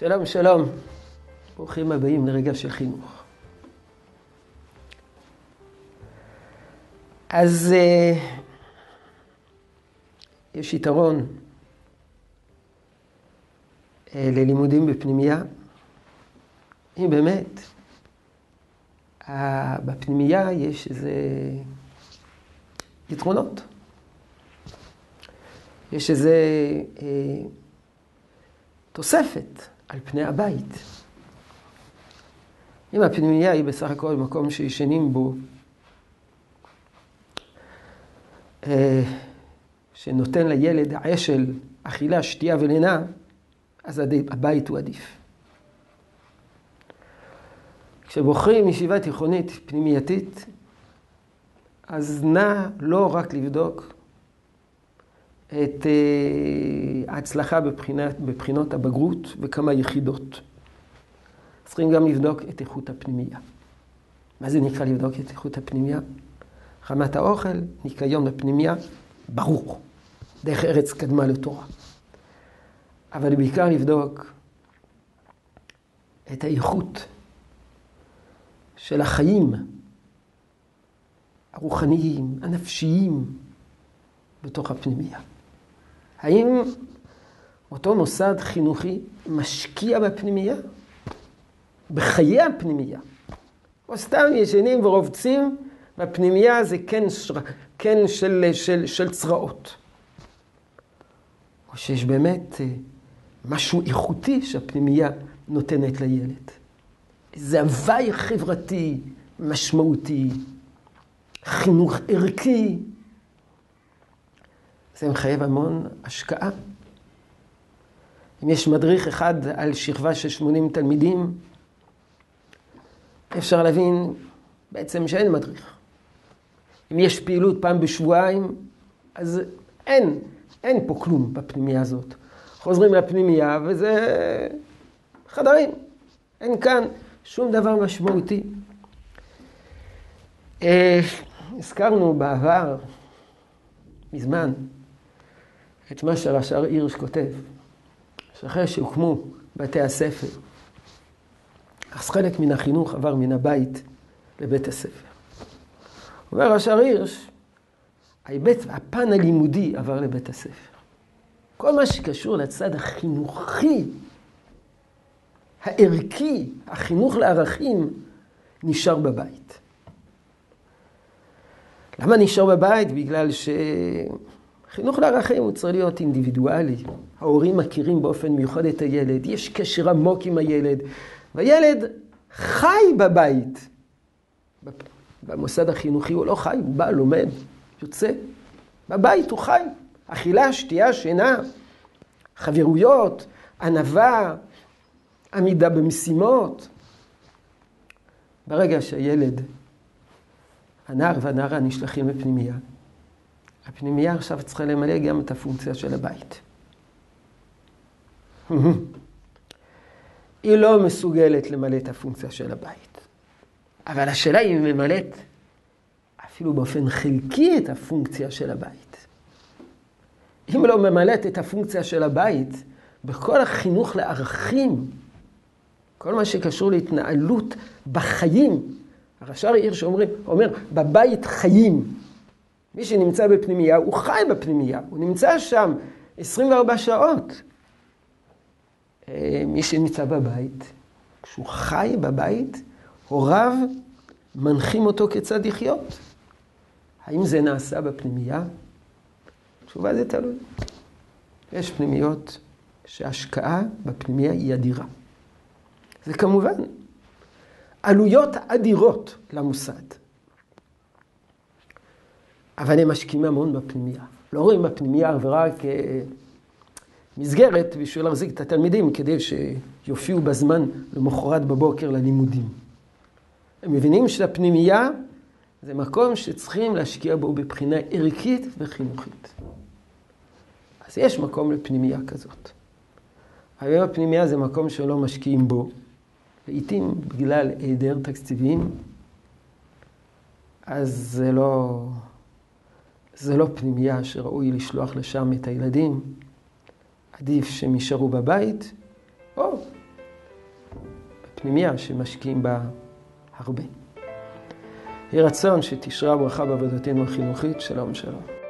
שלום, שלום. ברוכים הבאים לרגע של חינוך. אז יש יתרון ללימודים בפנימייה. אם באמת, בפנימייה יש איזה יתרונות. יש איזה תוספת על פני הבית. אם הפנימייה היא בסך הכל מקום שישנים בו, שנותן לילד עשל, אכילה, שתייה ולינה, אז הבית הוא עדיף. כשבוחרים ישיבה תיכונית פנימייתית, אז נע לא רק לבדוק את ההצלחה בבחינות הבגרות וכמה יחידות. צריכים גם לבדוק את איכות הפנימייה. מה זה נקרא לבדוק את איכות הפנימייה? רמת האוכל, ניקיון בפנימייה, ברור. דרך ארץ קדמה לתורה. אבל בעיקר לבדוק את האיכות של החיים הרוחניים, הנפשיים, בתוך הפנימייה. האם אותו מוסד חינוכי משקיע בפנימייה? בחיי הפנימייה? או סתם ישנים ורובצים בפנימייה זה כן של צרעות? או שיש באמת משהו איכותי שהפנימייה נותנת לילד? זה הווי חברתי, משמעותי, חינוך ערכי. זה מחייב המון השקעה. אם יש מדריך אחד על שכבה של 80 תלמידים, אפשר להבין בעצם שאין מדריך. אם יש פעילות פעם בשבועיים, אז אין פה כלום בפנימייה הזאת. חוזרים לפנימייה וזה חדרים. אין כאן שום דבר משמעותי. הזכרנו בעבר, מזמן, את מה שהרש"ר הירש כותב, שאחרי שהוקמו בתי הספר, אז חלק מן החינוך עבר מן הבית לבית הספר. אומר הרש"ר הירש, הפן הלימודי עבר לבית הספר. כל מה שקשור לצד החינוכי, הערכי, החינוך לערכים, נשאר בבית. למה נשאר בבית? בגלל שחינוך לערכים הוא צריך להיות אינדיבידואלי. ההורים מכירים באופן מיוחד את הילד, יש קשר עמוק עם הילד, והילד חי בבית. במוסד החינוכי הוא לא חי, הוא בא, לומד, יוצא. בבית הוא חי. אכילה, שתייה, שינה, חברויות, ענווה, עמידה במשימות. ברגע שהילד, הנער והנערה נשלחים לפנימייה, הפנימייה עכשיו צריכה למלא גם את הפונקציה של הבית. היא לא מסוגלת למלא את הפונקציה של הבית. אבל השאלה היא אם היא ממלאת אפילו באופן חלקי את הפונקציה של הבית. אם לא ממלאת את הפונקציה של הבית, בכל החינוך לערכים, כל מה שקשור להתנהלות בחיים, הרש"ר הירש אומר, בבית חיים. מי שנמצא בפנימייה, הוא חי בפנימייה. הוא נמצא שם 24 שעות. מי שנמצא בבית, כשהוא חי בבית, הוריו מנחים אותו כיצד לחיות. האם זה נעשה בפנימייה? תשובה זה תלוי. יש פנימיות שההשקעה בפנימייה היא אדירה. זה כמובן עלויות אדירות למוסד. אבל הם משקיעים המון בפנימייה. לא רואים בפנימייה ורק מסגרת בשביל להחזיק את התלמידים כדי שיופיעו בזמן למחרת בבוקר ללימודים. הם מבינים שהפנימייה זה מקום שצריכים להשקיע בו בבחינה ערכית וחינוכית. אז יש מקום לפנימייה כזאת. היום הפנימייה זה מקום שלא משקיעים בו. לעתים בגלל היעדר תקציבים, אז זה לא פנימייה שראוי לשלוח לשם את הילדים. עדיף שהם יישארו בבית, או פנימיה שמשקיעים בה הרבה. יהי רצון שתשרה ברכה בעבודתנו החינוכית. שלום שלום.